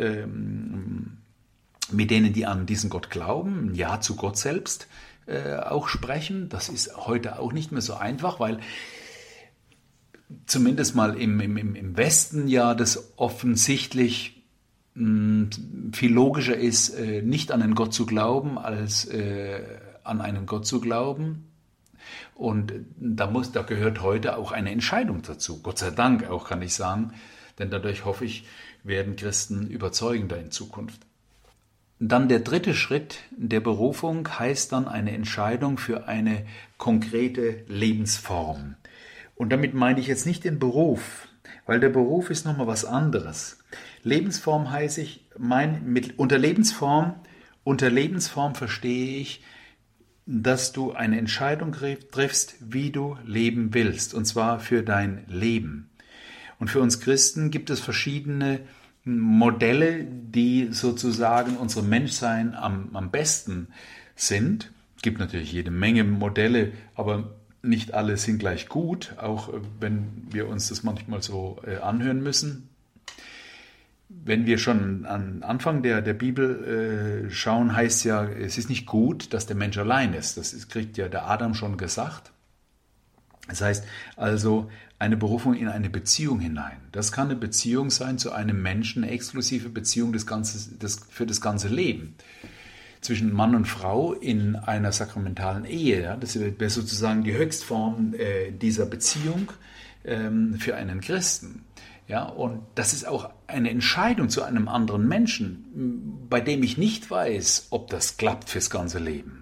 mit denen, die an diesen Gott glauben, Ja zu Gott selbst, auch sprechen. Das ist heute auch nicht mehr so einfach, weil zumindest mal im Westen ja das offensichtlich viel logischer ist, nicht an einen Gott zu glauben, als an einen Gott zu glauben. Und da gehört heute auch eine Entscheidung dazu. Gott sei Dank auch, kann ich sagen, denn dadurch hoffe ich, werden Christen überzeugender in Zukunft. Dann der dritte Schritt der Berufung heißt dann eine Entscheidung für eine konkrete Lebensform. Und damit meine ich jetzt nicht den Beruf, weil der Beruf ist nochmal was anderes. Lebensform heißt unter Lebensform verstehe ich, dass du eine Entscheidung triffst, wie du leben willst, und zwar für dein Leben. Und für uns Christen gibt es verschiedene Modelle, die sozusagen unserem Menschsein am besten sind. Es gibt natürlich jede Menge Modelle, aber nicht alle sind gleich gut, auch wenn wir uns das manchmal so anhören müssen. Wenn wir schon an Anfang der Bibel schauen, heißt ja, es ist nicht gut, dass der Mensch allein ist. Das kriegt ja der Adam schon gesagt. Das heißt also eine Berufung in eine Beziehung hinein. Das kann eine Beziehung sein zu einem Menschen, eine exklusive Beziehung für das ganze Leben. Zwischen Mann und Frau in einer sakramentalen Ehe. Ja? Das wäre sozusagen die Höchstform dieser Beziehung für einen Christen. Ja? Und das ist auch eine Entscheidung zu einem anderen Menschen, bei dem ich nicht weiß, ob das klappt fürs ganze Leben.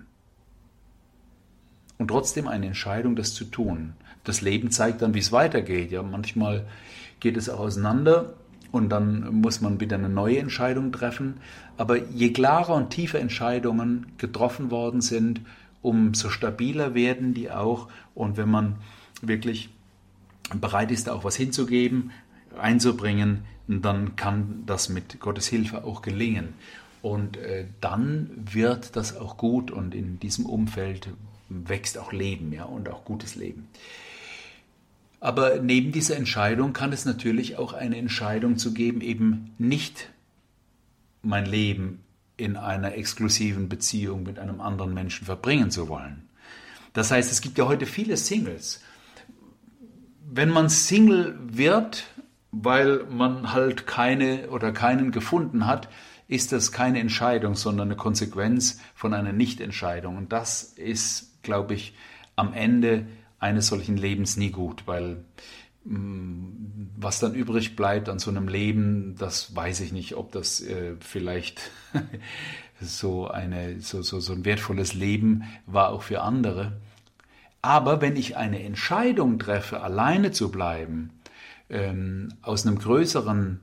Und trotzdem eine Entscheidung, das zu tun. Das Leben zeigt dann, wie es weitergeht. Ja, manchmal geht es auch auseinander und dann muss man wieder eine neue Entscheidung treffen. Aber je klarer und tiefer Entscheidungen getroffen worden sind, umso stabiler werden die auch. Und wenn man wirklich bereit ist, da auch was hinzugeben, einzubringen, dann kann das mit Gottes Hilfe auch gelingen. Und dann wird das auch gut und in diesem Umfeld wächst auch Leben, ja, und auch gutes Leben. Aber neben dieser Entscheidung kann es natürlich auch eine Entscheidung zu geben, eben nicht mein Leben in einer exklusiven Beziehung mit einem anderen Menschen verbringen zu wollen. Das heißt, es gibt ja heute viele Singles. Wenn man Single wird, weil man halt keine oder keinen gefunden hat, ist das keine Entscheidung, sondern eine Konsequenz von einer Nichtentscheidung. Und das ist, glaube ich, am Ende eines solchen Lebens nie gut, weil was dann übrig bleibt an so einem Leben, das weiß ich nicht, ob das vielleicht so ein wertvolles Leben war auch für andere. Aber wenn ich eine Entscheidung treffe, alleine zu bleiben, aus einer größeren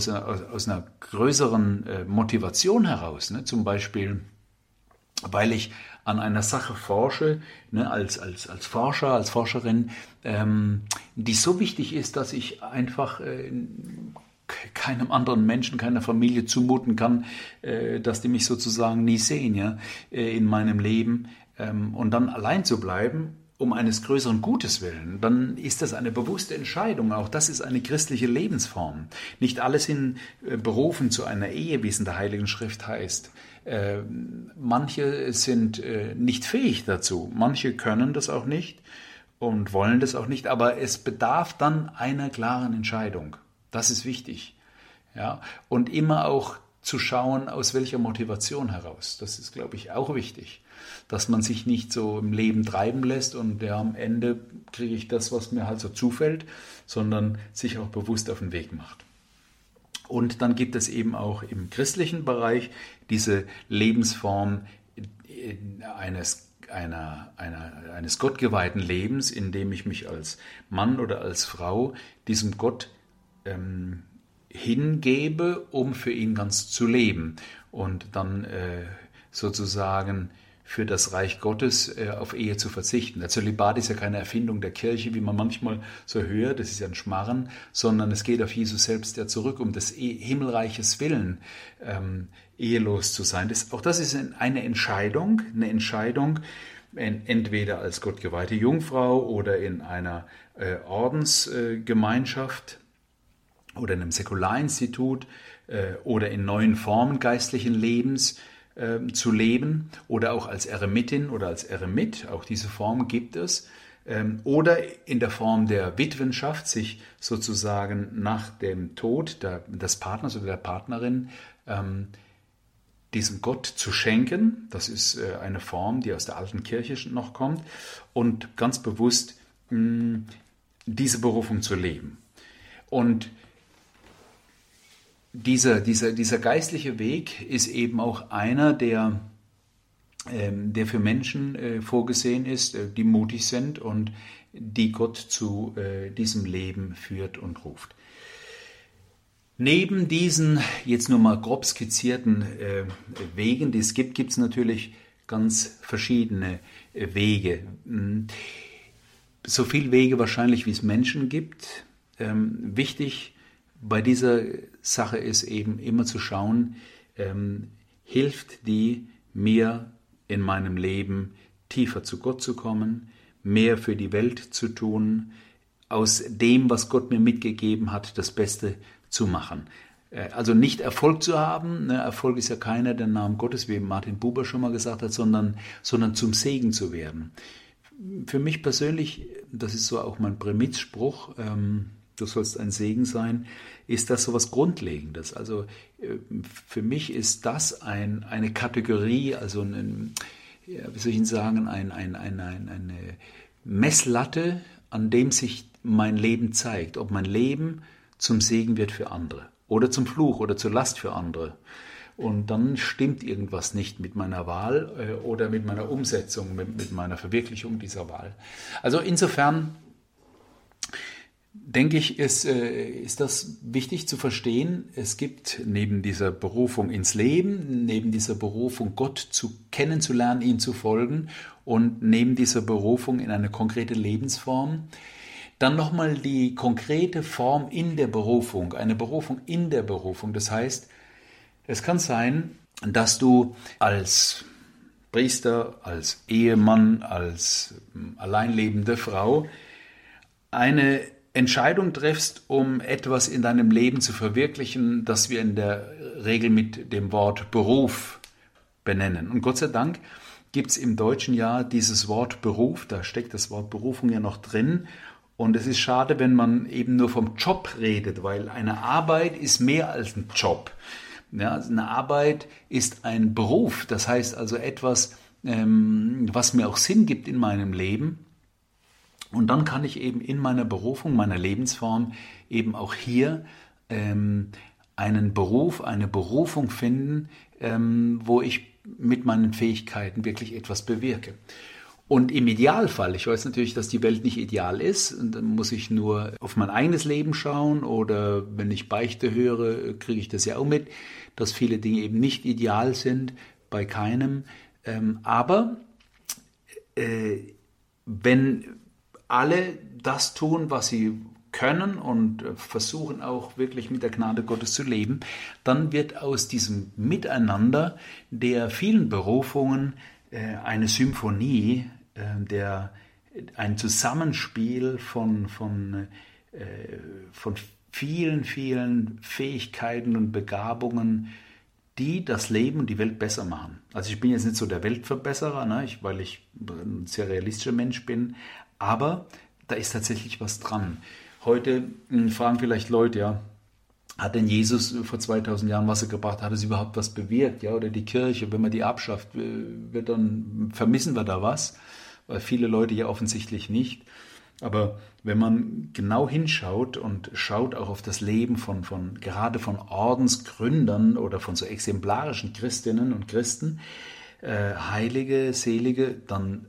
Motivation heraus, ne, zum Beispiel, weil ich an einer Sache forsche, ne, als Forscher, als Forscherin, die so wichtig ist, dass ich einfach keinem anderen Menschen, keiner Familie zumuten kann, dass die mich sozusagen nie sehen, ja, in meinem Leben, und dann allein zu bleiben, um eines größeren Gutes willen, dann ist das eine bewusste Entscheidung. Auch das ist eine christliche Lebensform. Nicht alle sind berufen zu einer Ehe, wie es in der Heiligen Schrift heißt. Manche sind nicht fähig dazu. Manche können das auch nicht und wollen das auch nicht. Aber es bedarf dann einer klaren Entscheidung. Das ist wichtig. Ja? Und immer auch zu schauen, aus welcher Motivation heraus. Das ist, glaube ich, auch wichtig, dass man sich nicht so im Leben treiben lässt und ja, am Ende kriege ich das, was mir halt so zufällt, sondern sich auch bewusst auf den Weg macht. Und dann gibt es eben auch im christlichen Bereich diese Lebensform eines gottgeweihten Lebens, in dem ich mich als Mann oder als Frau diesem Gott hingebe, um für ihn ganz zu leben und dann sozusagen für das Reich Gottes auf Ehe zu verzichten. Der Zölibat ist ja keine Erfindung der Kirche, wie man manchmal so hört, das ist ja ein Schmarren, sondern es geht auf Jesus selbst ja zurück, um des Himmelreiches Willen ehelos zu sein. Auch das ist eine Entscheidung, entweder als gottgeweihte Jungfrau oder in einer Ordensgemeinschaft oder in einem Säkularinstitut oder in neuen Formen geistlichen Lebens zu leben oder auch als Eremitin oder als Eremit, auch diese Form gibt es, oder in der Form der Witwenschaft, sich sozusagen nach dem Tod des Partners oder der Partnerin diesem Gott zu schenken. Das ist eine Form, die aus der alten Kirche noch kommt, und ganz bewusst diese Berufung zu leben. Und dieser geistliche Weg ist eben auch einer, der für Menschen vorgesehen ist, die mutig sind und die Gott zu diesem Leben führt und ruft. Neben diesen jetzt nur mal grob skizzierten Wegen, die es gibt, gibt es natürlich ganz verschiedene Wege. So viele Wege wahrscheinlich, wie es Menschen gibt. Wichtig bei dieser Sache ist eben immer zu schauen, hilft die mir in meinem Leben tiefer zu Gott zu kommen, mehr für die Welt zu tun, aus dem, was Gott mir mitgegeben hat, das Beste zu machen. Also nicht Erfolg zu haben, Erfolg ist ja keiner der Namen Gottes, wie Martin Buber schon mal gesagt hat, sondern zum Segen zu werden. Für mich persönlich, das ist so auch mein Prämizspruch, du sollst ein Segen sein, ist das so was Grundlegendes. Also für mich ist das eine Kategorie, also wie soll ich Ihnen sagen, eine Messlatte, an dem sich mein Leben zeigt, ob mein Leben zum Segen wird für andere oder zum Fluch oder zur Last für andere. Und dann stimmt irgendwas nicht mit meiner Wahl oder mit meiner Umsetzung, mit meiner Verwirklichung dieser Wahl. Also insofern denke ich, ist das wichtig zu verstehen. Es gibt neben dieser Berufung ins Leben, neben dieser Berufung Gott kennenzulernen, ihm zu folgen und neben dieser Berufung in eine konkrete Lebensform, dann nochmal die konkrete Form in der Berufung, eine Berufung in der Berufung. Das heißt, es kann sein, dass du als Priester, als Ehemann, als alleinlebende Frau eine Entscheidung triffst, um etwas in deinem Leben zu verwirklichen, das wir in der Regel mit dem Wort Beruf benennen. Und Gott sei Dank gibt es im Deutschen ja dieses Wort Beruf, da steckt das Wort Berufung ja noch drin. Und es ist schade, wenn man eben nur vom Job redet, weil eine Arbeit ist mehr als ein Job. Ja, also eine Arbeit ist ein Beruf, das heißt also etwas, was mir auch Sinn gibt in meinem Leben. Und dann kann ich eben in meiner Berufung, meiner Lebensform eben auch hier einen Beruf, eine Berufung finden, wo ich mit meinen Fähigkeiten wirklich etwas bewirke. Und im Idealfall, ich weiß natürlich, dass die Welt nicht ideal ist, und dann muss ich nur auf mein eigenes Leben schauen, oder wenn ich Beichte höre, kriege ich das ja auch mit, dass viele Dinge eben nicht ideal sind, bei keinem. Aber wenn alle das tun, was sie können und versuchen auch wirklich mit der Gnade Gottes zu leben, dann wird aus diesem Miteinander der vielen Berufungen eine Symphonie, ein Zusammenspiel von vielen, vielen Fähigkeiten und Begabungen, die das Leben und die Welt besser machen. Also ich bin jetzt nicht so der Weltverbesserer, weil ich ein sehr realistischer Mensch bin, aber da ist tatsächlich was dran. Heute fragen vielleicht Leute, ja, hat denn Jesus vor 2000 Jahren Wasser gebracht? Hat es überhaupt was bewirkt? Ja, oder die Kirche, wenn man die abschafft, vermissen wir da was? Weil viele Leute ja offensichtlich nicht. Aber wenn man genau hinschaut und schaut auch auf das Leben gerade von Ordensgründern oder von so exemplarischen Christinnen und Christen, Heilige, Selige, dann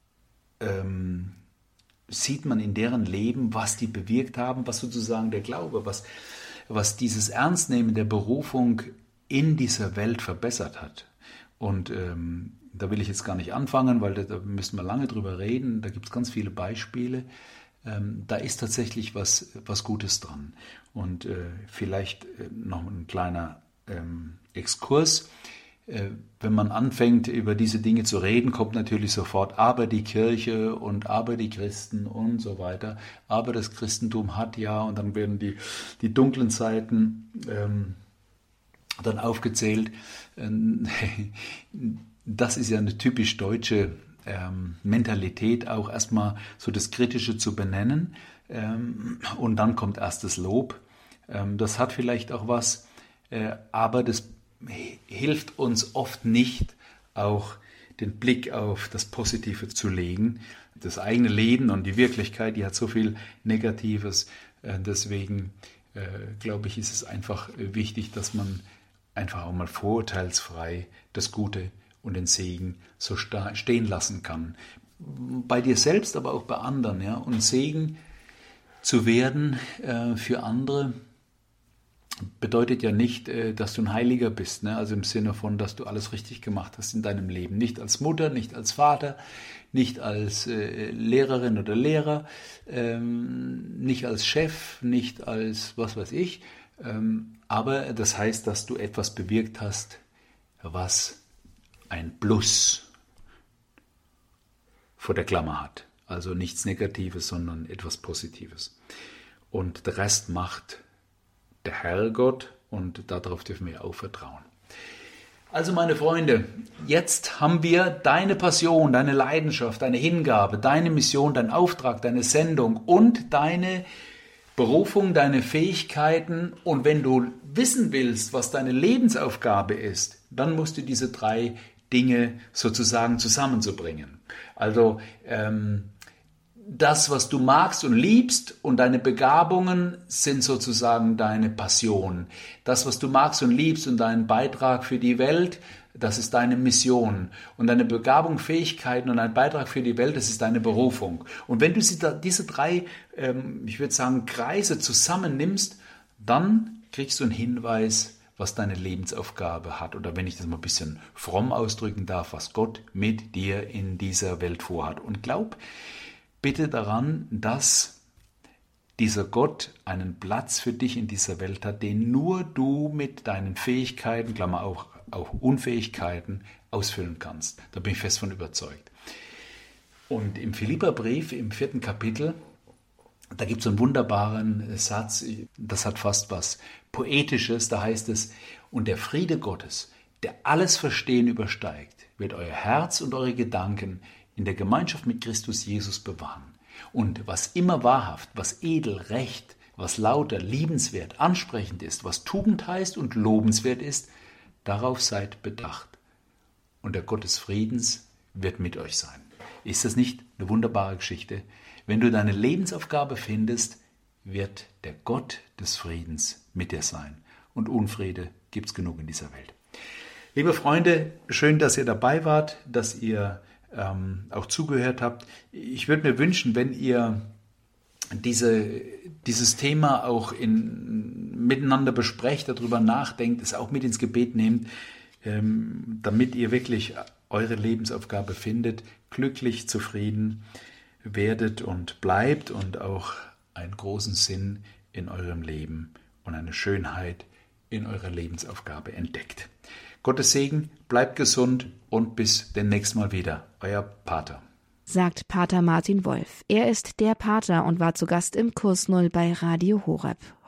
sieht man in deren Leben, was die bewirkt haben, was sozusagen der Glaube, was dieses Ernstnehmen der Berufung in dieser Welt verbessert hat. Und da will ich jetzt gar nicht anfangen, weil da müssen wir lange drüber reden. Da gibt es ganz viele Beispiele. Da ist tatsächlich was Gutes dran. Und vielleicht noch ein kleiner Exkurs. Wenn man anfängt, über diese Dinge zu reden, kommt natürlich sofort aber die Kirche und aber die Christen und so weiter. Aber das Christentum hat ja, und dann werden die dunklen Seiten dann aufgezählt. Das ist ja eine typisch deutsche Mentalität, auch erstmal so das Kritische zu benennen. Und dann kommt erst das Lob. Das hat vielleicht auch was, aber das hilft uns oft nicht, auch den Blick auf das Positive zu legen. Das eigene Leben und die Wirklichkeit, die hat so viel Negatives. Deswegen glaube ich, ist es einfach wichtig, dass man einfach auch mal vorurteilsfrei das Gute und den Segen so stehen lassen kann. Bei dir selbst, aber auch bei anderen. Ja? Und Segen zu werden für andere bedeutet ja nicht, dass du ein Heiliger bist, ne? Also im Sinne von, dass du alles richtig gemacht hast in deinem Leben. Nicht als Mutter, nicht als Vater, nicht als Lehrerin oder Lehrer, nicht als Chef, nicht als was weiß ich. Aber das heißt, dass du etwas bewirkt hast, was ein Plus vor der Klammer hat. Also nichts Negatives, sondern etwas Positives. Und der Rest macht der Herrgott, und darauf dürfen wir auch vertrauen. Also meine Freunde, jetzt haben wir deine Passion, deine Leidenschaft, deine Hingabe, deine Mission, deinen Auftrag, deine Sendung und deine Berufung, deine Fähigkeiten. Und wenn du wissen willst, was deine Lebensaufgabe ist, dann musst du diese 3 Dinge sozusagen zusammenzubringen. Also das, was du magst und liebst, und deine Begabungen sind sozusagen deine Passion. Das, was du magst und liebst und deinen Beitrag für die Welt, das ist deine Mission. Und deine Begabung, Fähigkeiten und dein Beitrag für die Welt, das ist deine Berufung. Und wenn du diese 3, ich würde sagen, Kreise zusammennimmst, dann kriegst du einen Hinweis, was deine Lebensaufgabe hat. Oder wenn ich das mal ein bisschen fromm ausdrücken darf, was Gott mit dir in dieser Welt vorhat. Und glaub bitte daran, dass dieser Gott einen Platz für dich in dieser Welt hat, den nur du mit deinen Fähigkeiten, Klammer auch Unfähigkeiten, ausfüllen kannst. Da bin ich fest von überzeugt. Und im Philipperbrief, im 4. Kapitel, da gibt es einen wunderbaren Satz, das hat fast was Poetisches, da heißt es: Und der Friede Gottes, der alles Verstehen übersteigt, wird euer Herz und eure Gedanken in der Gemeinschaft mit Christus Jesus bewahren. Und was immer wahrhaft, was edel, recht, was lauter, liebenswert, ansprechend ist, was Tugend heißt und lobenswert ist, darauf seid bedacht. Und der Gott des Friedens wird mit euch sein. Ist das nicht eine wunderbare Geschichte? Wenn du deine Lebensaufgabe findest, wird der Gott des Friedens mit dir sein. Und Unfriede gibt es genug in dieser Welt. Liebe Freunde, schön, dass ihr dabei wart, dass ihr auch zugehört habt. Ich würde mir wünschen, wenn ihr dieses Thema auch miteinander besprecht, darüber nachdenkt, es auch mit ins Gebet nehmt, damit ihr wirklich eure Lebensaufgabe findet, glücklich, zufrieden werdet und bleibt und auch einen großen Sinn in eurem Leben und eine Schönheit in eurer Lebensaufgabe entdeckt. Gottes Segen, bleibt gesund und bis demnächst mal wieder. Euer Pater. Sagt Pater Martin Wolf. Er ist der Pater und war zu Gast im Kurs Null bei Radio Horeb.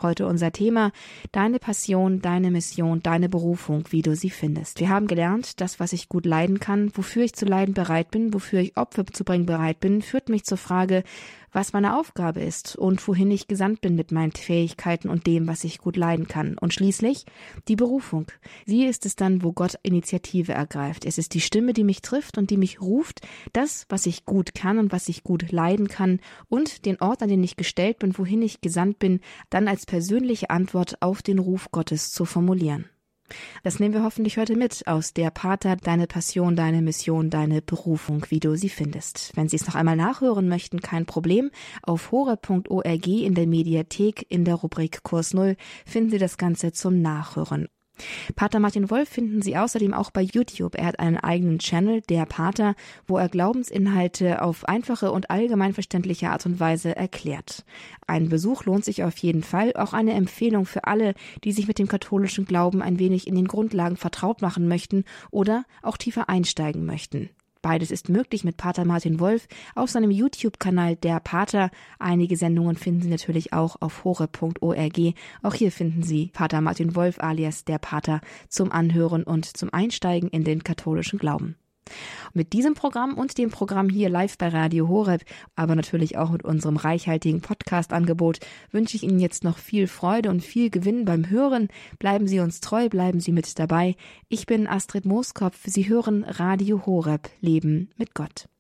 Heute unser Thema: Deine Passion, deine Mission, deine Berufung, wie du sie findest. Wir haben gelernt, das, was ich gut leiden kann, wofür ich zu leiden bereit bin, wofür ich Opfer zu bringen bereit bin, führt mich zur Frage, was meine Aufgabe ist und wohin ich gesandt bin mit meinen Fähigkeiten und dem, was ich gut leiden kann. Und schließlich die Berufung. Sie ist es dann, wo Gott Initiative ergreift. Es ist die Stimme, die mich trifft und die mich ruft, das, was ich gut kann und was ich gut leiden kann und den Ort, an den ich gestellt bin, wohin ich gesandt bin, dann als persönliche Antwort auf den Ruf Gottes zu formulieren. Das nehmen wir hoffentlich heute mit aus der Pater, deine Passion, deine Mission, deine Berufung, wie du sie findest. Wenn Sie es noch einmal nachhören möchten, kein Problem. Auf horeb.org in der Mediathek in der Rubrik Kurs Null finden Sie das Ganze zum Nachhören. Pater Martin Wolf finden Sie außerdem auch bei YouTube. Er hat einen eigenen Channel, der Pater, wo er Glaubensinhalte auf einfache und allgemein verständliche Art und Weise erklärt. Ein Besuch lohnt sich auf jeden Fall, auch eine Empfehlung für alle, die sich mit dem katholischen Glauben ein wenig in den Grundlagen vertraut machen möchten oder auch tiefer einsteigen möchten. Beides ist möglich mit Pater Martin Wolf auf seinem YouTube-Kanal Der Pater. Einige Sendungen finden Sie natürlich auch auf horeb.org. Auch hier finden Sie Pater Martin Wolf alias Der Pater zum Anhören und zum Einsteigen in den katholischen Glauben. Mit diesem Programm und dem Programm hier live bei Radio Horeb, aber natürlich auch mit unserem reichhaltigen Podcast-Angebot wünsche ich Ihnen jetzt noch viel Freude und viel Gewinn beim Hören. Bleiben Sie uns treu, bleiben Sie mit dabei. Ich bin Astrid Mooskopf. Sie hören Radio Horeb, Leben mit Gott.